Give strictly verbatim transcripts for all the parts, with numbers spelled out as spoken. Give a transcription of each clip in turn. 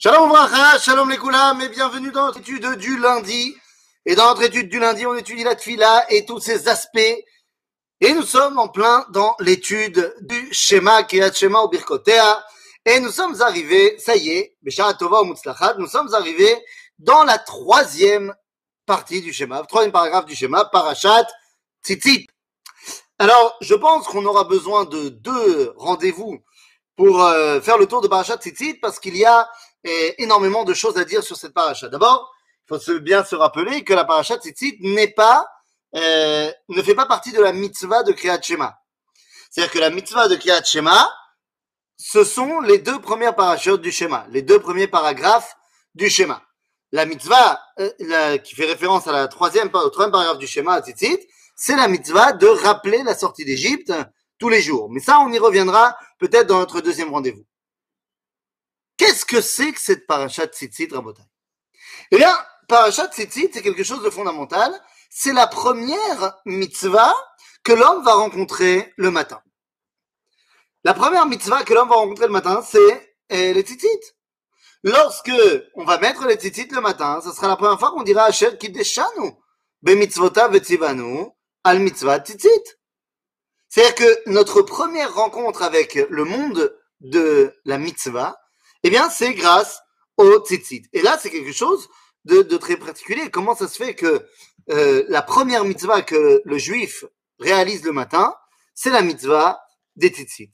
Shalom Vracha, Shalom les Koulam, et bienvenue dans notre étude du lundi. Et dans notre étude du lundi, on étudie la Tfila et tous ses aspects. Et nous sommes en plein dans l'étude du Shema, Kriyat Shema ou Birkotea. Et nous sommes arrivés, ça y est, Beshara Tova ou Mutzlachat, nous sommes arrivés dans la troisième partie du Shema, troisième paragraphe du Shema, Parashat Tzitzit. Alors, je pense qu'on aura besoin de deux rendez-vous pour euh, faire le tour de Parashat Tzitzit, parce qu'il y a euh, énormément de choses à dire sur cette parasha. D'abord, il faut se, bien se rappeler que la Parashat Tzitzit n'est pas, euh, ne fait pas partie de la mitzvah de Kriyat Shema. C'est-à-dire que la mitzvah de Kriyat Shema, ce sont les deux premières parachutes du Shema, les deux premiers paragraphes du Shema. La mitzvah euh, la, qui fait référence à la troisième, au troisième paragraphe du Shema, Tzitzit, c'est la mitzvah de rappeler la sortie d'Égypte tous les jours. Mais ça, on y reviendra peut-être dans notre deuxième rendez-vous. Qu'est-ce que c'est que cette parashat Tzitzit, Rabotai? Eh bien, parashat Tzitzit, c'est quelque chose de fondamental. C'est la première mitzvah que l'homme va rencontrer le matin. La première mitzvah que l'homme va rencontrer le matin, c'est eh, les Tzitzit. Lorsque on va mettre les Tzitzit le matin, ce sera la première fois qu'on dira Asher Kiddeshanu b'mitzvotav v'tzivanu al mitzvah Tzitzit. C'est-à-dire que notre première rencontre avec le monde de la mitzvah, eh bien, c'est grâce au Tzitzit. Et là, c'est quelque chose de, de très particulier. Comment ça se fait que euh, la première mitzvah que le juif réalise le matin, c'est la mitzvah des Tzitzit?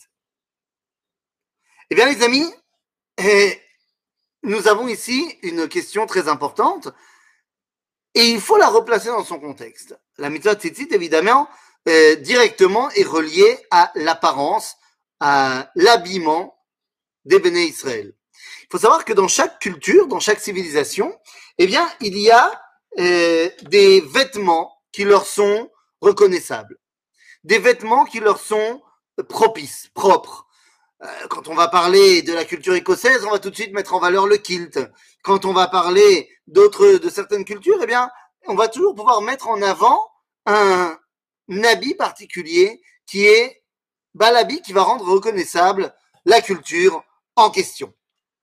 Eh bien, les amis, eh, nous avons ici une question très importante et il faut la replacer dans son contexte. La mitzvah Tzitzit, évidemment, euh, directement est reliée à l'apparence, à l'habillement des Béné Israël. Il faut savoir que dans chaque culture, dans chaque civilisation, eh bien, il y a euh, des vêtements qui leur sont reconnaissables, des vêtements qui leur sont propices, propres. Quand on va parler de la culture écossaise, on va tout de suite mettre en valeur le kilt. Quand on va parler d'autres, de certaines cultures, eh bien, on va toujours pouvoir mettre en avant un, un habit particulier qui est bah, l'habit qui va rendre reconnaissable la culture en question.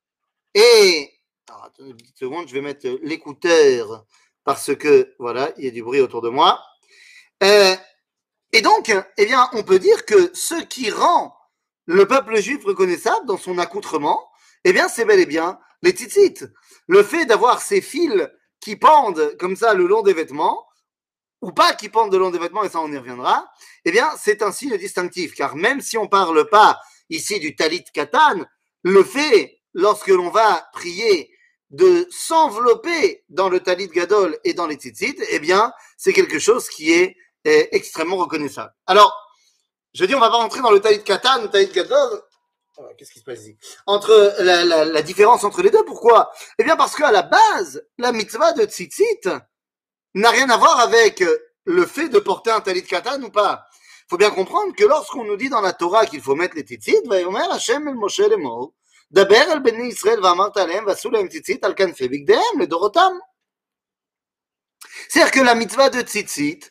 Et, alors, attendez une petite seconde, je vais mettre l'écouteur parce que, voilà, il y a du bruit autour de moi. Euh, et donc, eh bien, on peut dire que ce qui rend le peuple juif reconnaissable dans son accoutrement, eh bien, c'est bel et bien les tzitzit. Le fait d'avoir ces fils qui pendent comme ça le long des vêtements, ou pas qui pendent le long des vêtements, et ça on y reviendra, eh bien, c'est un signe distinctif. Car même si on parle pas ici du talit katan, le fait, lorsque l'on va prier, de s'envelopper dans le talit gadol et dans les tzitzit, eh bien, c'est quelque chose qui est, est extrêmement reconnaissable. Alors, je dis, on va pas rentrer dans le talit katan, le talit gadol. Oh, qu'est-ce qui se passe ici? Entre la, la, la différence entre les deux, pourquoi? Eh bien, parce qu'à la base, la mitzvah de tzitzit n'a rien à voir avec le fait de porter un talit katan ou pas. Il faut bien comprendre que lorsqu'on nous dit dans la Torah qu'il faut mettre les tzitzit, vayomer Hashem el Moshe lemor, daber el bnei Israël va'amart alehem va'asu lahem tzitzit al kanfei bigdehem ledorotam. C'est-à-dire que la mitzvah de tzitzit,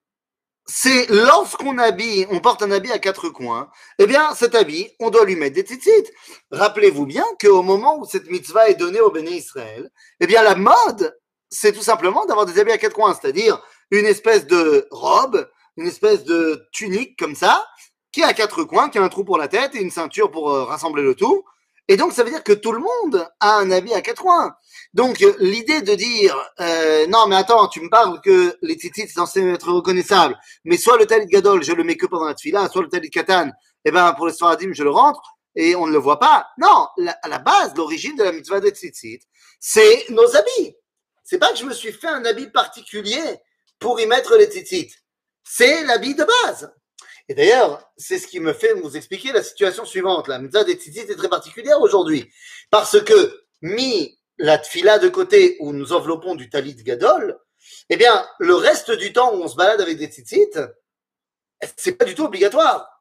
c'est lorsqu'on habille, on porte un habit à quatre coins, eh bien, cet habit, on doit lui mettre des tzitzit. Rappelez-vous bien qu'au moment où cette mitzvah est donnée au Béné Israël, eh bien, la mode, c'est tout simplement d'avoir des habits à quatre coins, c'est-à-dire une espèce de robe, une espèce de tunique comme ça, qui a quatre coins, qui a un trou pour la tête et une ceinture pour euh, rassembler le tout. Et donc, ça veut dire que tout le monde a un habit à quatre coins. Donc, l'idée de dire, euh, non, mais attends, tu me parles que les tzitzit, c'est censé être reconnaissable, mais soit le talit gadol, je le mets que pendant la tfila, soit le talit katan, eh ben, pour les sfaradim, je le rentre, et on ne le voit pas. Non, la, à la base, l'origine de la mitzvah des tzitzit, c'est nos habits. C'est pas que je me suis fait un habit particulier pour y mettre les tzitzit. C'est l'habit de base. Et d'ailleurs, c'est ce qui me fait vous expliquer la situation suivante. La mitzvah des tzitzit est très particulière aujourd'hui. Parce que, mis la tfila de côté où nous enveloppons du talit gadol, eh bien, le reste du temps où on se balade avec des tzitzit, c'est pas du tout obligatoire.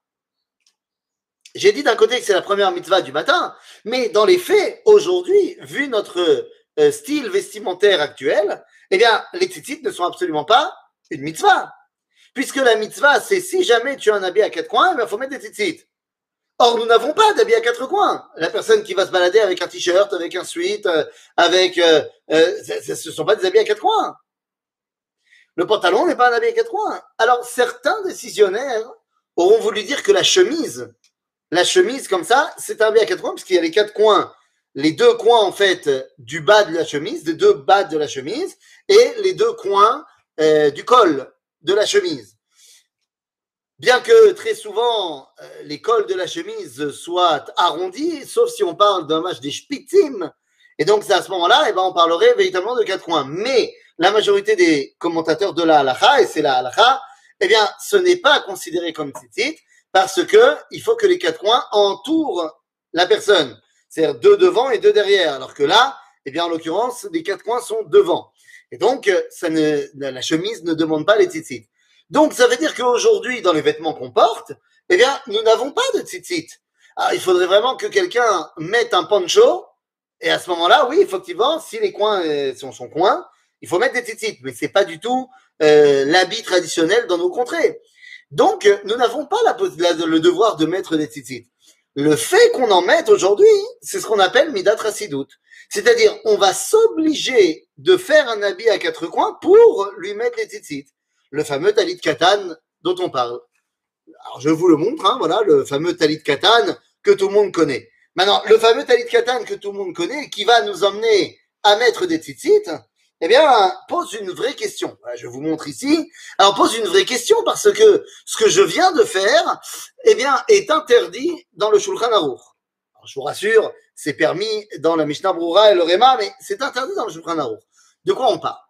J'ai dit d'un côté que c'est la première mitzvah du matin, mais dans les faits, aujourd'hui, vu notre euh, style vestimentaire actuel, eh bien, les tzitzit ne sont absolument pas une mitzvah. Puisque la mitzvah, c'est si jamais tu as un habit à quatre coins, il faut mettre des tzitzit. Or, nous n'avons pas d'habits à quatre coins. La personne qui va se balader avec un t-shirt, avec un sweat, euh, avec, euh, euh, ce ne sont pas des habits à quatre coins. Le pantalon n'est pas un habit à quatre coins. Alors, certains décisionnaires auront voulu dire que la chemise, la chemise comme ça, c'est un habit à quatre coins, parce qu'il y a les quatre coins, les deux coins en fait du bas de la chemise, les deux bas de la chemise, et les deux coins euh, du col de la chemise. Bien que très souvent euh, les cols de la chemise soient arrondis, sauf si on parle d'un match des spitzim, et donc c'est à ce moment-là, eh ben, on parlerait véritablement de quatre coins. Mais la majorité des commentateurs de la halakha, et c'est la halakha, eh bien, ce n'est pas considéré comme tzitzit, parce que il faut que les quatre coins entourent la personne. C'est-à-dire deux devant et deux derrière. Alors que là, eh bien, en l'occurrence, les quatre coins sont devant. Et donc, ça ne, la chemise ne demande pas les tzitzit. Donc, ça veut dire qu'aujourd'hui, dans les vêtements qu'on porte, eh bien, nous n'avons pas de tzitzit. Alors, il faudrait vraiment que quelqu'un mette un poncho, et à ce moment-là, oui, effectivement, si les coins euh, sont son coin, il faut mettre des tzitzit. Mais c'est pas du tout euh, l'habit traditionnel dans nos contrées. Donc, nous n'avons pas la, la, le devoir de mettre des tzitzit. Le fait qu'on en mette aujourd'hui, c'est ce qu'on appelle midat rasidut. C'est-à-dire, on va s'obliger de faire un habit à quatre coins pour lui mettre les tzitzit. Le fameux talit katan dont on parle. Alors, je vous le montre, hein, voilà, le fameux talit katan que tout le monde connaît. Maintenant, le fameux talit katan que tout le monde connaît, qui va nous emmener à mettre des tzitzit, eh bien, pose une vraie question. Je vous montre ici. Alors, pose une vraie question parce que ce que je viens de faire, eh bien, est interdit dans le Shulchan Aruch. Alors, je vous rassure, c'est permis dans la Mishnah Brura et le Réma, mais c'est interdit dans le Shulchan Aruch. De quoi on parle?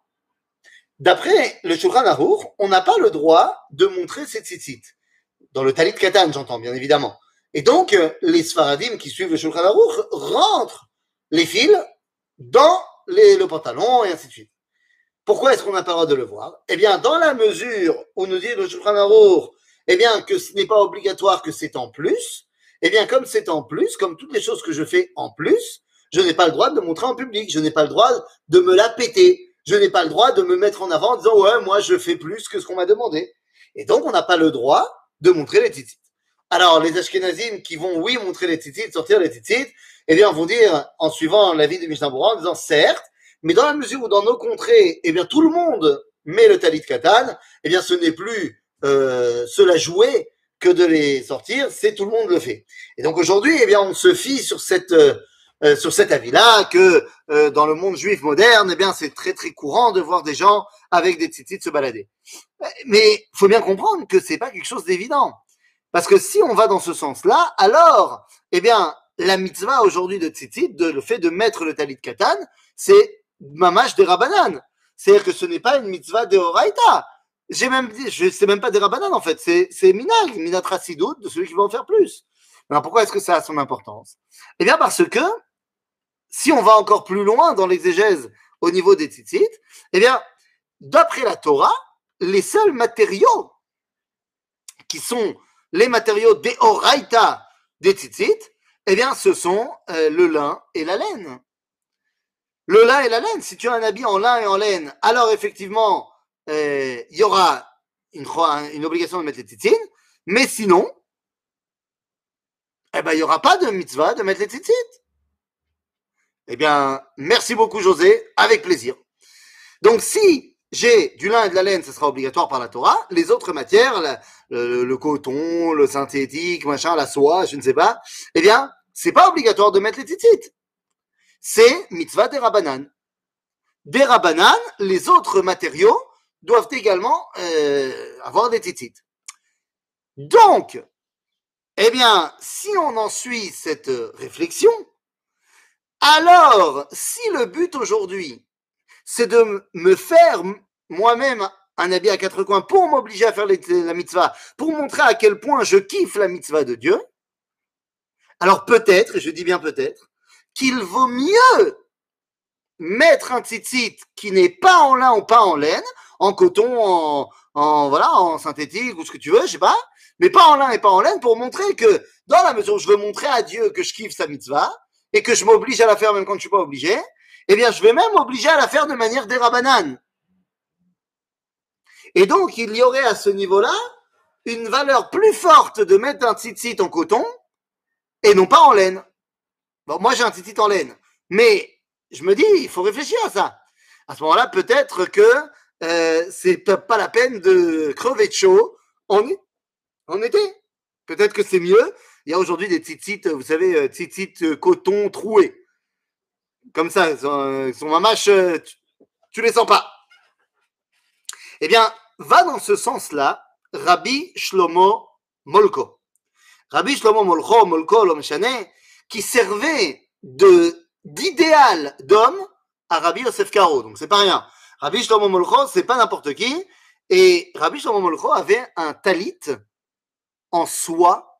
D'après le Shulchan Aruch, on n'a pas le droit de montrer ses tzitzit. Dans le Talit Katan, j'entends, bien évidemment. Et donc, les Sfaradim qui suivent le Shulchan Aruch rentrent les fils dans les, le pantalon et ainsi de suite. Pourquoi est-ce qu'on n'a pas le droit de le voir? Eh bien, dans la mesure où nous dit le Shulchan Aruch, eh bien, que ce n'est pas obligatoire, que c'est en plus, eh bien, comme c'est en plus, comme toutes les choses que je fais en plus, je n'ai pas le droit de le montrer en public, je n'ai pas le droit de me la péter, je n'ai pas le droit de me mettre en avant en disant, ouais, moi, je fais plus que ce qu'on m'a demandé. Et donc, on n'a pas le droit de montrer les tzitzit. Alors, les Ashkenazim qui vont, oui, montrer les tzitzit, sortir les tzitzit, eh bien, vont dire, en suivant l'avis de Mishnah Berurah, en disant, certes, mais dans la mesure où dans nos contrées, eh bien, tout le monde met le talit katan, eh bien, ce n'est plus euh, cela jouer que de les sortir, c'est tout le monde le fait. Et donc aujourd'hui, eh bien, on se fie sur cette euh, sur cet avis-là que euh, dans le monde juif moderne, eh bien, c'est très très courant de voir des gens avec des tzitzit se balader. Mais il faut bien comprendre que c'est pas quelque chose d'évident, parce que si on va dans ce sens-là, alors, eh bien, la mitzvah aujourd'hui de tzitzit, de, le fait de mettre le talit katan, c'est mamash de Rabbanan. C'est-à-dire que ce n'est pas une mitzvah de Horaïta. J'ai même dit, je sais même pas des Rabbanan en fait, c'est, c'est minag, minat rasidut, de celui qui va en faire plus. Alors pourquoi est-ce que ça a son importance? Eh bien parce que, si on va encore plus loin dans l'exégèse au niveau des tzitzit, eh bien, d'après la Torah, les seuls matériaux qui sont les matériaux des Horaïta des tzitzit, eh bien, ce sont euh, le lin et la laine. Le lin et la laine, si tu as un habit en lin et en laine, alors effectivement, il euh, y aura une, une obligation de mettre les tzitzit, mais sinon, eh ben, il n'y aura pas de mitzvah de mettre les tzitzit. Eh bien, merci beaucoup José, avec plaisir. Donc si j'ai du lin et de la laine, ce sera obligatoire par la Torah. Les autres matières, la, le, le coton, le synthétique, machin, la soie, je ne sais pas, eh bien, c'est pas obligatoire de mettre les tzitzit. C'est mitzvah des Rabbanan. Des Rabbanan, les autres matériaux doivent également euh, avoir des tzitzit. Donc, eh bien, si on en suit cette réflexion, alors, si le but aujourd'hui, c'est de me faire moi-même un habit à quatre coins pour m'obliger à faire les, la mitzvah, pour montrer à quel point je kiffe la mitzvah de Dieu, alors peut-être, et je dis bien peut-être, qu'il vaut mieux mettre un tzitzit qui n'est pas en lin ou pas en laine, en coton, en, en, voilà, en synthétique ou ce que tu veux, je sais pas, mais pas en lin et pas en laine pour montrer que dans la mesure où je veux montrer à Dieu que je kiffe sa mitzvah et que je m'oblige à la faire même quand je suis pas obligé, eh bien, je vais même m'obliger à la faire de manière des Rabbanan. Et donc, il y aurait à ce niveau-là une valeur plus forte de mettre un tzitzit en coton et non pas en laine. Bon, moi j'ai un tzitzit en laine, mais je me dis, il faut réfléchir à ça. À ce moment-là, peut-être que euh, c'est pas la peine de crever de chaud en, en été. Peut-être que c'est mieux. Il y a aujourd'hui des tzitzit, vous savez, tzitzit coton troué. Comme ça, ils sont, ils sont mamache, tu, tu les sens pas. Eh bien, va dans ce sens-là, Rabbi Shlomo Molko. Rabbi Shlomo Molko, Molko, l'homme chané, qui servait de, d'idéal d'homme à Rabbi Yosef Karo. Donc, c'est pas rien. Rabbi Shlomo Molko, c'est pas n'importe qui. Et Rabbi Shlomo Molko avait un talit en soie.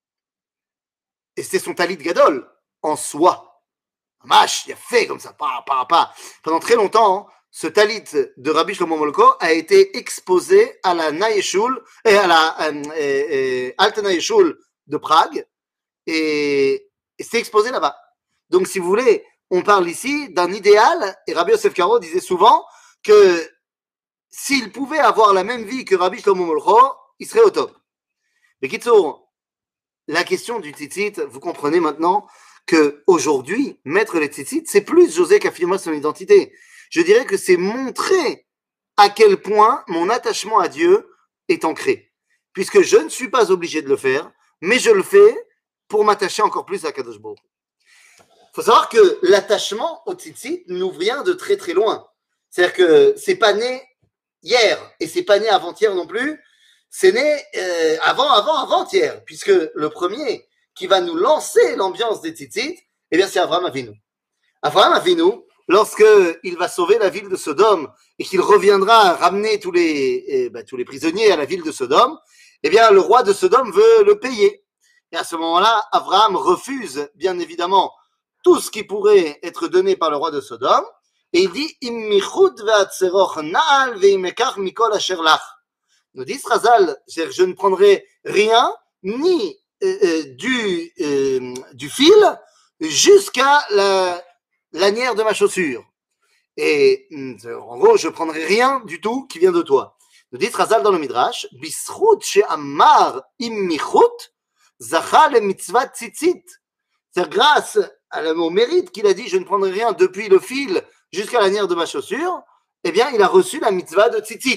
Et c'était son talit gadol en soie. Mâche, il a fait comme ça, pas, pas, pas. Pendant très longtemps, ce talit de Rabbi Shlomo Molko a été exposé à la Naïshul, et à la euh, euh, Alte Naïshul de Prague, et, et c'était exposé là-bas. Donc, si vous voulez, on parle ici d'un idéal, et Rabbi Yosef Karo disait souvent que s'il pouvait avoir la même vie que Rabbi Shlomo Molko, il serait au top. Mais Kitsour, la question du tzitzit, vous comprenez maintenant que aujourd'hui, mettre les tzitzit, c'est plus José qu'affirmer son identité. Je dirais que c'est montrer à quel point mon attachement à Dieu est ancré. Puisque je ne suis pas obligé de le faire, mais je le fais pour m'attacher encore plus à Kadosh Baruch. Il faut savoir que l'attachement au tzitzit nous vient de très très loin. C'est-à-dire que c'est pas né hier et c'est pas né avant-hier non plus. C'est né euh, avant, avant, avant-hier, puisque le premier qui va nous lancer l'ambiance des tzitzit, eh bien c'est Avraham Avinu. Avraham Avinu, lorsqu'il va sauver la ville de Sodome et qu'il reviendra ramener tous les, eh ben, tous les prisonniers à la ville de Sodome, eh bien le roi de Sodome veut le payer. Et à ce moment-là, Avraham refuse bien évidemment tout ce qui pourrait être donné par le roi de Sodome, et il dit Immichut ve'atzeroch na'al ve'imekach mikol asher lach. Nous dit Razal, je ne prendrai rien, ni euh, euh, du, euh, du fil jusqu'à la lanière de ma chaussure. Et en gros, je ne prendrai rien du tout qui vient de toi. Nous dit Razal dans le Midrash, Bisrout she'amar immichut, zacha le mitzvah tzitzit. C'est grâce au mérite qu'il a dit, je ne prendrai rien depuis le fil jusqu'à la lanière de ma chaussure, eh bien, il a reçu la mitzvah de tzitzit,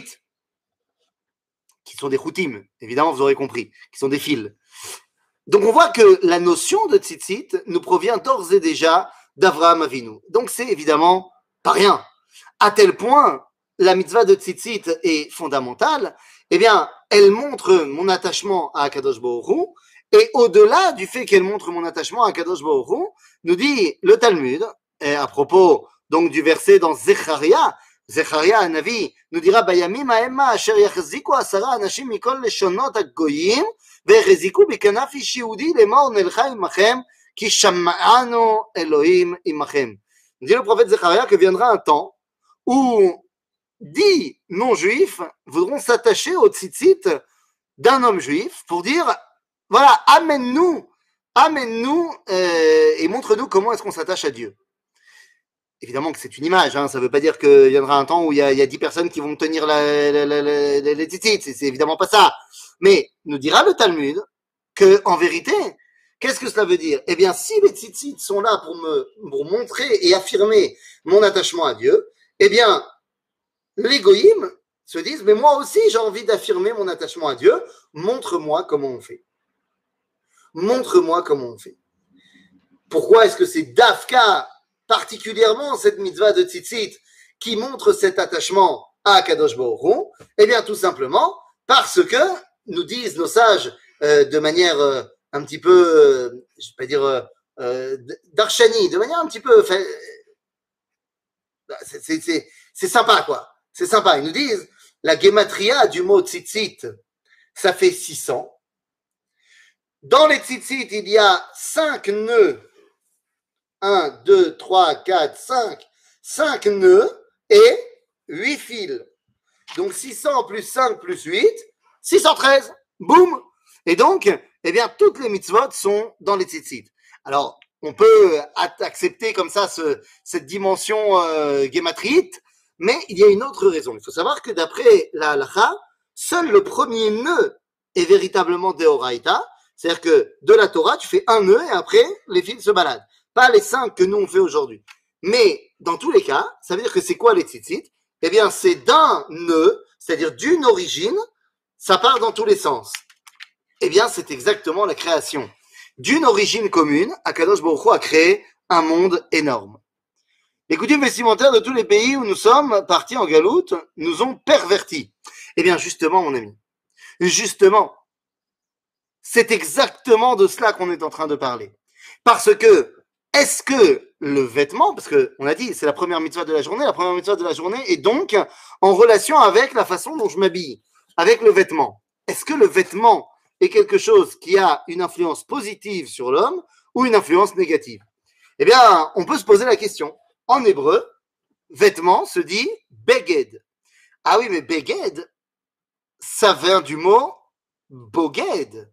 qui sont des choutim, évidemment, vous aurez compris, qui sont des fils. Donc, on voit que la notion de tzitzit nous provient d'ores et déjà d'Avraham Avinu. Donc, c'est évidemment pas rien. À tel point, la mitzvah de tzitzit est fondamentale, eh bien, elle montre mon attachement à Akadosh Baruch Hu, et au-delà du fait qu'elle montre mon attachement à Akadosh Baruch Hu, nous dit le Talmud, et à propos donc du verset dans Zecharia, Zecharia, un Navi, nous dira Bayamim ha'ema asher yachziku asara anashim mikol leshonot hagoyim ve'cheziku bikanaf ish yehudi lemor nelcha imachem ki shama'anu Elohim imachem. Nous dit le prophète Zecharia que viendra un temps où dix non-juifs voudront s'attacher au tzitzit d'un homme juif pour dire voilà, amène-nous, amène-nous euh, et montre-nous comment est-ce qu'on s'attache à Dieu. Évidemment que c'est une image, hein, ça ne veut pas dire qu'il viendra un temps où il y a, il y a dix personnes qui vont tenir la, la, la, la, la, les tzitzit, c'est, c'est évidemment pas ça. Mais nous dira le Talmud que, en vérité, qu'est-ce que cela veut dire? Eh bien, si les tzitzit sont là pour me pour montrer et affirmer mon attachement à Dieu, eh bien, les goïms se disent, mais moi aussi j'ai envie d'affirmer mon attachement à Dieu, montre-moi comment on fait. Montre-moi comment on fait. Pourquoi est-ce que c'est Dafka, particulièrement cette mitzvah de tzitzit, qui montre cet attachement à Kadosh Baruch Hu? Eh bien, tout simplement parce que, nous disent nos sages euh, de manière euh, un petit peu, euh, je ne vais pas dire euh, euh, darshani, de manière un petit peu, fait, c'est, c'est, c'est, c'est sympa quoi, c'est sympa. Ils nous disent, la gematria du mot tzitzit, ça fait six cents. Dans les tzitzit, il y a cinq nœuds. un, deux, trois, quatre, cinq. cinq nœuds et huit fils. Donc six cents plus cinq plus huit, six cent treize. Boum! Et donc, eh bien, toutes les mitzvot sont dans les tzitzit. Alors, on peut accepter comme ça ce, cette dimension euh, gématrite, mais il y a une autre raison. Il faut savoir que d'après la halakha, seul le premier nœud est véritablement Deoraita, C'est-à-dire que de la Torah, tu fais un nœud et après, les fils se baladent. Pas les cinq que nous on fait aujourd'hui. Mais dans tous les cas, ça veut dire que c'est quoi les tzitzit? Eh bien, c'est d'un nœud, c'est-à-dire d'une origine, ça part dans tous les sens. Eh bien, c'est exactement la création. D'une origine commune, Akadosh Baruch Hu a créé un monde énorme. Les coutumes vestimentaires de tous les pays où nous sommes partis en galoute nous ont pervertis. Eh bien, justement, mon ami, justement, c'est exactement de cela qu'on est en train de parler. Parce que, est-ce que le vêtement, parce qu'on a dit, c'est la première mitzvah de la journée, la première mitzvah de la journée est donc en relation avec la façon dont je m'habille, avec le vêtement. Est-ce que le vêtement est quelque chose qui a une influence positive sur l'homme ou une influence négative? Eh bien, on peut se poser la question. En hébreu, vêtement se dit beged. Ah oui, mais beged, ça vient du mot boged,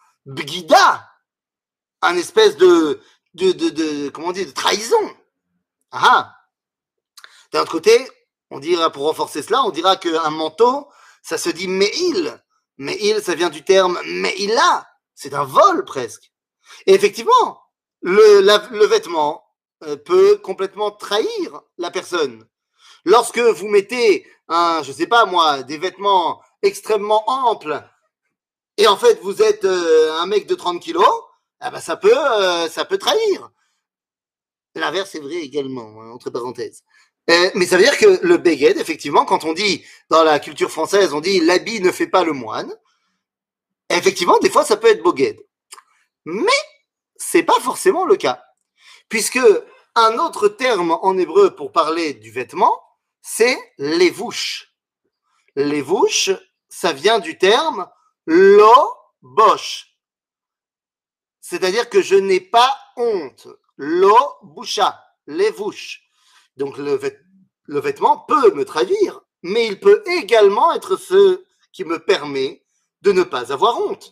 bgida, un espèce de, de, de, de, comment on dit, de trahison. Ah, d'un autre côté, on dira, pour renforcer cela, on dira qu'un manteau, ça se dit meil. Meil, ça vient du terme meila, c'est un vol presque. Et effectivement, le, la, le vêtement euh, peut complètement trahir la personne. Lorsque vous mettez un, je sais pas moi, des vêtements extrêmement amples, et en fait vous êtes euh, un mec de trente kilos, eh ben ça peut, euh, ça peut trahir. L'inverse est vrai également, hein, entre parenthèses. Euh, mais ça veut dire que le beged, effectivement, quand on dit, dans la culture française, on dit l'habit ne fait pas le moine, effectivement, des fois, ça peut être boged. Mais c'est pas forcément le cas. Puisque un autre terme en hébreu pour parler du vêtement, c'est levouche. Levouche, ça vient du terme lo bosh. C'est-à-dire que je n'ai pas honte. Lo boucha, levouche. Donc le, vêt- le vêtement peut me traduire, mais il peut également être ce qui me permet de ne pas avoir honte.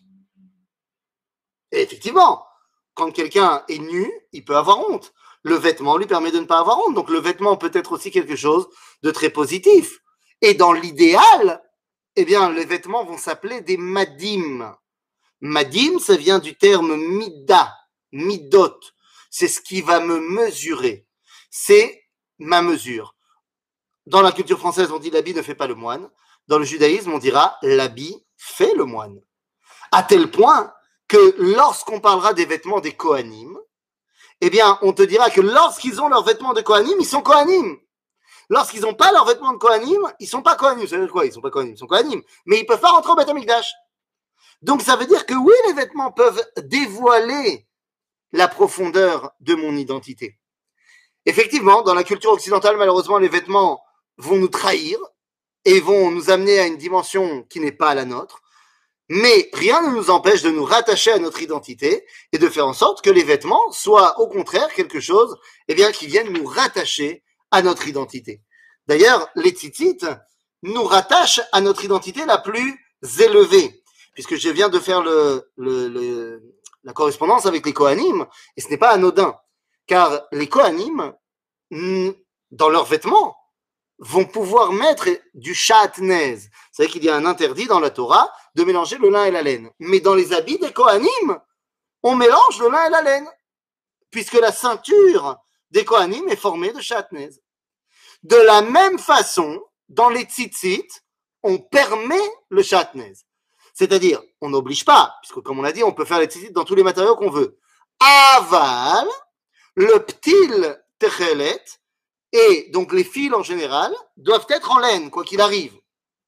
Et effectivement, quand quelqu'un est nu, il peut avoir honte. Le vêtement lui permet de ne pas avoir honte. Donc le vêtement peut être aussi quelque chose de très positif. Et dans l'idéal, eh bien, les vêtements vont s'appeler des madim. Madim, ça vient du terme mida, midot. C'est ce qui va me mesurer. C'est ma mesure. Dans la culture française, on dit l'habit ne fait pas le moine. Dans le judaïsme, on dira l'habit fait le moine. À tel point que lorsqu'on parlera des vêtements des Kohanim, eh bien, on te dira que lorsqu'ils ont leurs vêtements de Kohanim, ils sont Kohanim. Lorsqu'ils n'ont pas leurs vêtements de Kohanim, ils ne sont pas Kohanim. Ça veut dire quoi? Ils ne sont pas Kohanim, ils sont Kohanim. Mais ils ne peuvent pas rentrer au Beth Amikdash. Donc, ça veut dire que oui, les vêtements peuvent dévoiler la profondeur de mon identité. Effectivement, dans la culture occidentale, malheureusement, les vêtements vont nous trahir et vont nous amener à une dimension qui n'est pas la nôtre. Mais rien ne nous empêche de nous rattacher à notre identité et de faire en sorte que les vêtements soient au contraire quelque chose, eh bien, qui viennent nous rattacher à notre identité. D'ailleurs, les tzitzit nous rattachent à notre identité la plus élevée, puisque je viens de faire le, le, le, la correspondance avec les Kohanim, et ce n'est pas anodin, car les Kohanim, dans leurs vêtements, vont pouvoir mettre du shatnez. Vous savez qu'il y a un interdit dans la Torah de mélanger le lin et la laine. Mais dans les habits des Kohanim, on mélange le lin et la laine, puisque la ceinture des Kohanim est formée de shatnez. De la même façon, dans les tzitzit, on permet le shatnez. C'est-à-dire, on n'oblige pas, puisque comme on l'a dit, on peut faire les tzitzit dans tous les matériaux qu'on veut. Aval, le ptil techelet, et donc les fils en général, doivent être en laine, quoi qu'il arrive.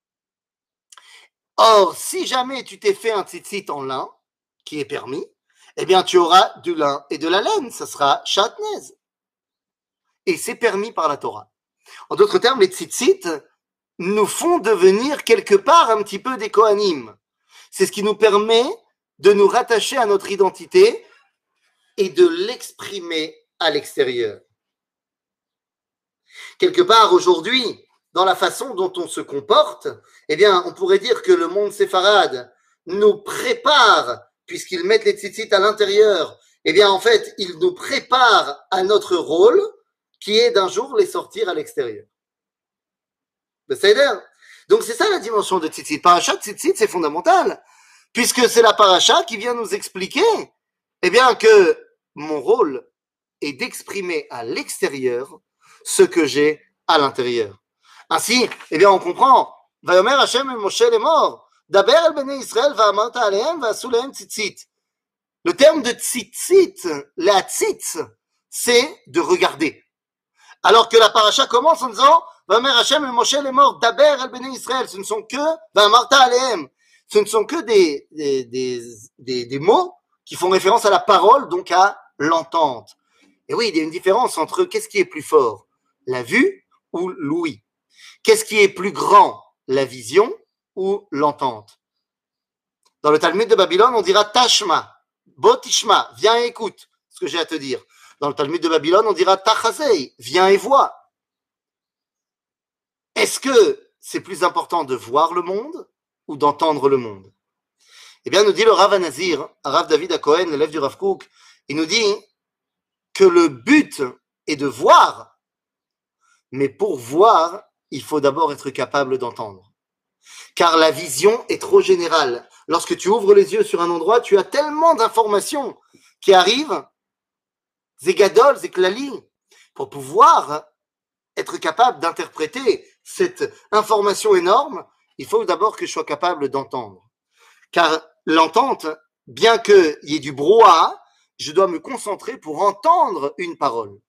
Or, si jamais tu t'es fait un tzitzit en lin, qui est permis, eh bien tu auras du lin et de la laine, ça sera shatnez. Et c'est permis par la Torah. En d'autres termes, les tzitzit nous font devenir quelque part un petit peu des Kohanim. C'est ce qui nous permet de nous rattacher à notre identité et de l'exprimer à l'extérieur. Quelque part, aujourd'hui, dans la façon dont on se comporte, eh bien, on pourrait dire que le monde séfarade nous prépare, puisqu'ils mettent les tzitzit à l'intérieur, eh bien, en fait, ils nous préparent à notre rôle, qui est d'un jour les sortir à l'extérieur. Donc, c'est ça la dimension de tzitzit. Parachat tzitzit, c'est fondamental. puisque c'est la paracha qui vient nous expliquer, eh bien, que mon rôle est d'exprimer à l'extérieur ce que j'ai à l'intérieur. Ainsi, eh bien, on comprend. Vayomer Hashem el Moshe lemor, daber el bnei Israël va'amarta alehem va'asu lehem tzitzit. Le terme de tzitzit, la tzitz, c'est de regarder. Alors que la paracha commence en disant Vayomer Hashem el Moshe lemor, daber el bnei Israël. Ce ne sont que va'amarta alehem. Ce ne sont que des, des, des, des, des mots qui font référence à la parole, donc à l'entente. Et oui, il y a une différence entre qu'est-ce qui est plus fort, la vue ou l'ouïe. Qu'est-ce qui est plus grand, la vision ou l'entente? Dans le Talmud de Babylone, on dira Tashma, Botishma, viens et écoute ce que j'ai à te dire. Dans le Talmud de Babylone, on dira Tachazei, viens et vois. Est-ce que c'est plus important de voir le monde ou d'entendre le monde? Eh bien, nous dit le Rav Anazir, Rav David Akohen, l'élève du Rav Kook, il nous dit que le but est de voir, mais pour voir, il faut d'abord être capable d'entendre. Car la vision est trop générale. Lorsque tu ouvres les yeux sur un endroit, tu as tellement d'informations qui arrivent, Zegadol, Zeklali, pour pouvoir être capable d'interpréter cette information énorme, il faut d'abord que je sois capable d'entendre. Car l'entente, bien qu'il y ait du brouhaha, je dois me concentrer pour entendre une parole.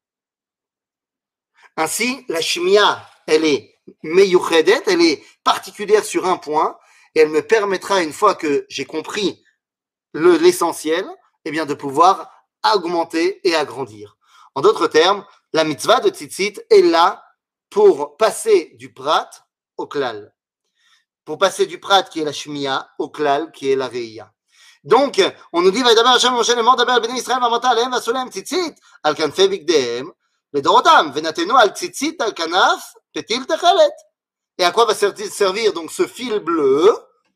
Ainsi, la shmiya, elle est meyuchedet, elle est particulière sur un point, et elle me permettra, une fois que j'ai compris le, l'essentiel, eh bien de pouvoir augmenter et agrandir. En d'autres termes, la mitzvah de tzitzit est là pour passer du prat au klal. Pour passer du prat qui est la shmiya au klal qui est la reïya. Donc, on nous dit, Vaïdaber Hashem Moshe lemor daber al bnei Israël va'amarta alehem va'asu lehem tzitzit al kanfei bigdehem לדורותם, ונתנו על ציצית על כנף פתיל תכלת. Et à quoi va servir donc ce fil bleu?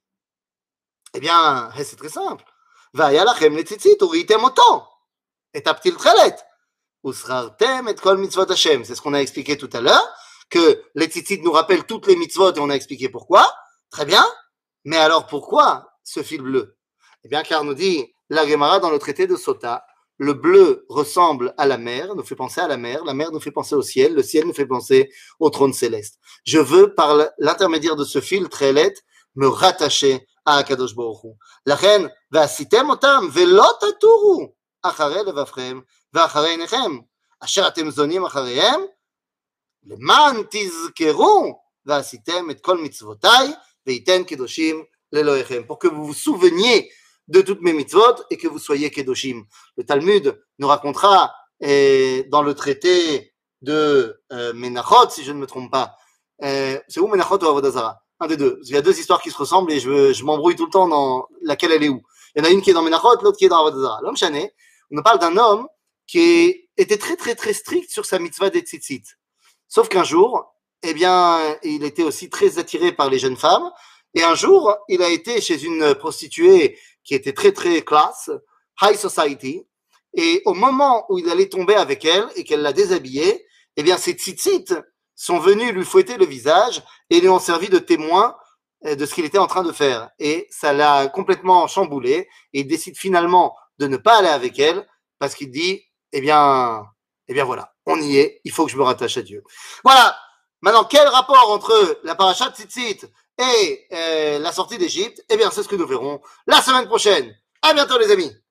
Eh bien, c'est très simple. והיה לכם לציצית וראיתם אותו, את הפתיל תכלת. ושכרתם את כל מצוות השם. C'est ce qu'on a expliqué tout à l'heure, que les tzitzit nous rappellent toutes les mitzvot et on a expliqué pourquoi. Très bien. Mais alors pourquoi ce fil bleu? Eh bien, car nous dit la Gemara dans le traité de Sota, le bleu ressemble à la mer, nous fait penser à la mer, la mer nous fait penser au ciel, le ciel nous fait penser au trône céleste. Je veux, par l'intermédiaire de ce fil tchelet, me rattacher à Akadosh Baruch Hu. לכן, ועשיתם אותם, ולא תטורו אחרי לבבכם ואחרי עיניכם, אשר אתם זונים אחריהם, למען תזכרו, ועשיתם את כל מצוותיי, וייתן קדושים לאלוהיכם. Pour que vous vous souveniez de toutes mes mitzvot et que vous soyez kedoshim. Le Talmud nous racontera eh, dans le traité de euh, Menachot, si je ne me trompe pas. Euh, c'est où Menachot ou Avodah Zarah? Un des deux. Il y a deux histoires qui se ressemblent et je, je m'embrouille tout le temps dans laquelle elle est où. Il y en a une qui est dans Menachot, l'autre qui est dans Avodah Zarah. L'homme chané, on nous parle d'un homme qui était très très très strict sur sa mitzvah des tzitzit. Sauf qu'un jour, eh bien, il était aussi très attiré par les jeunes femmes. Et un jour, il a été chez une prostituée qui était très très classe, high society, et au moment où il allait tomber avec elle et qu'elle l'a déshabillée, eh bien ses tzitzit sont venus lui fouetter le visage et lui ont servi de témoin de ce qu'il était en train de faire. Et ça l'a complètement chamboulé et il décide finalement de ne pas aller avec elle parce qu'il dit, eh bien, eh bien voilà, on y est, il faut que je me rattache à Dieu. Voilà. Maintenant, quel rapport entre la paracha de tzitzit et euh, la sortie d'Égypte? Eh bien, c'est ce que nous verrons la semaine prochaine. À bientôt, les amis.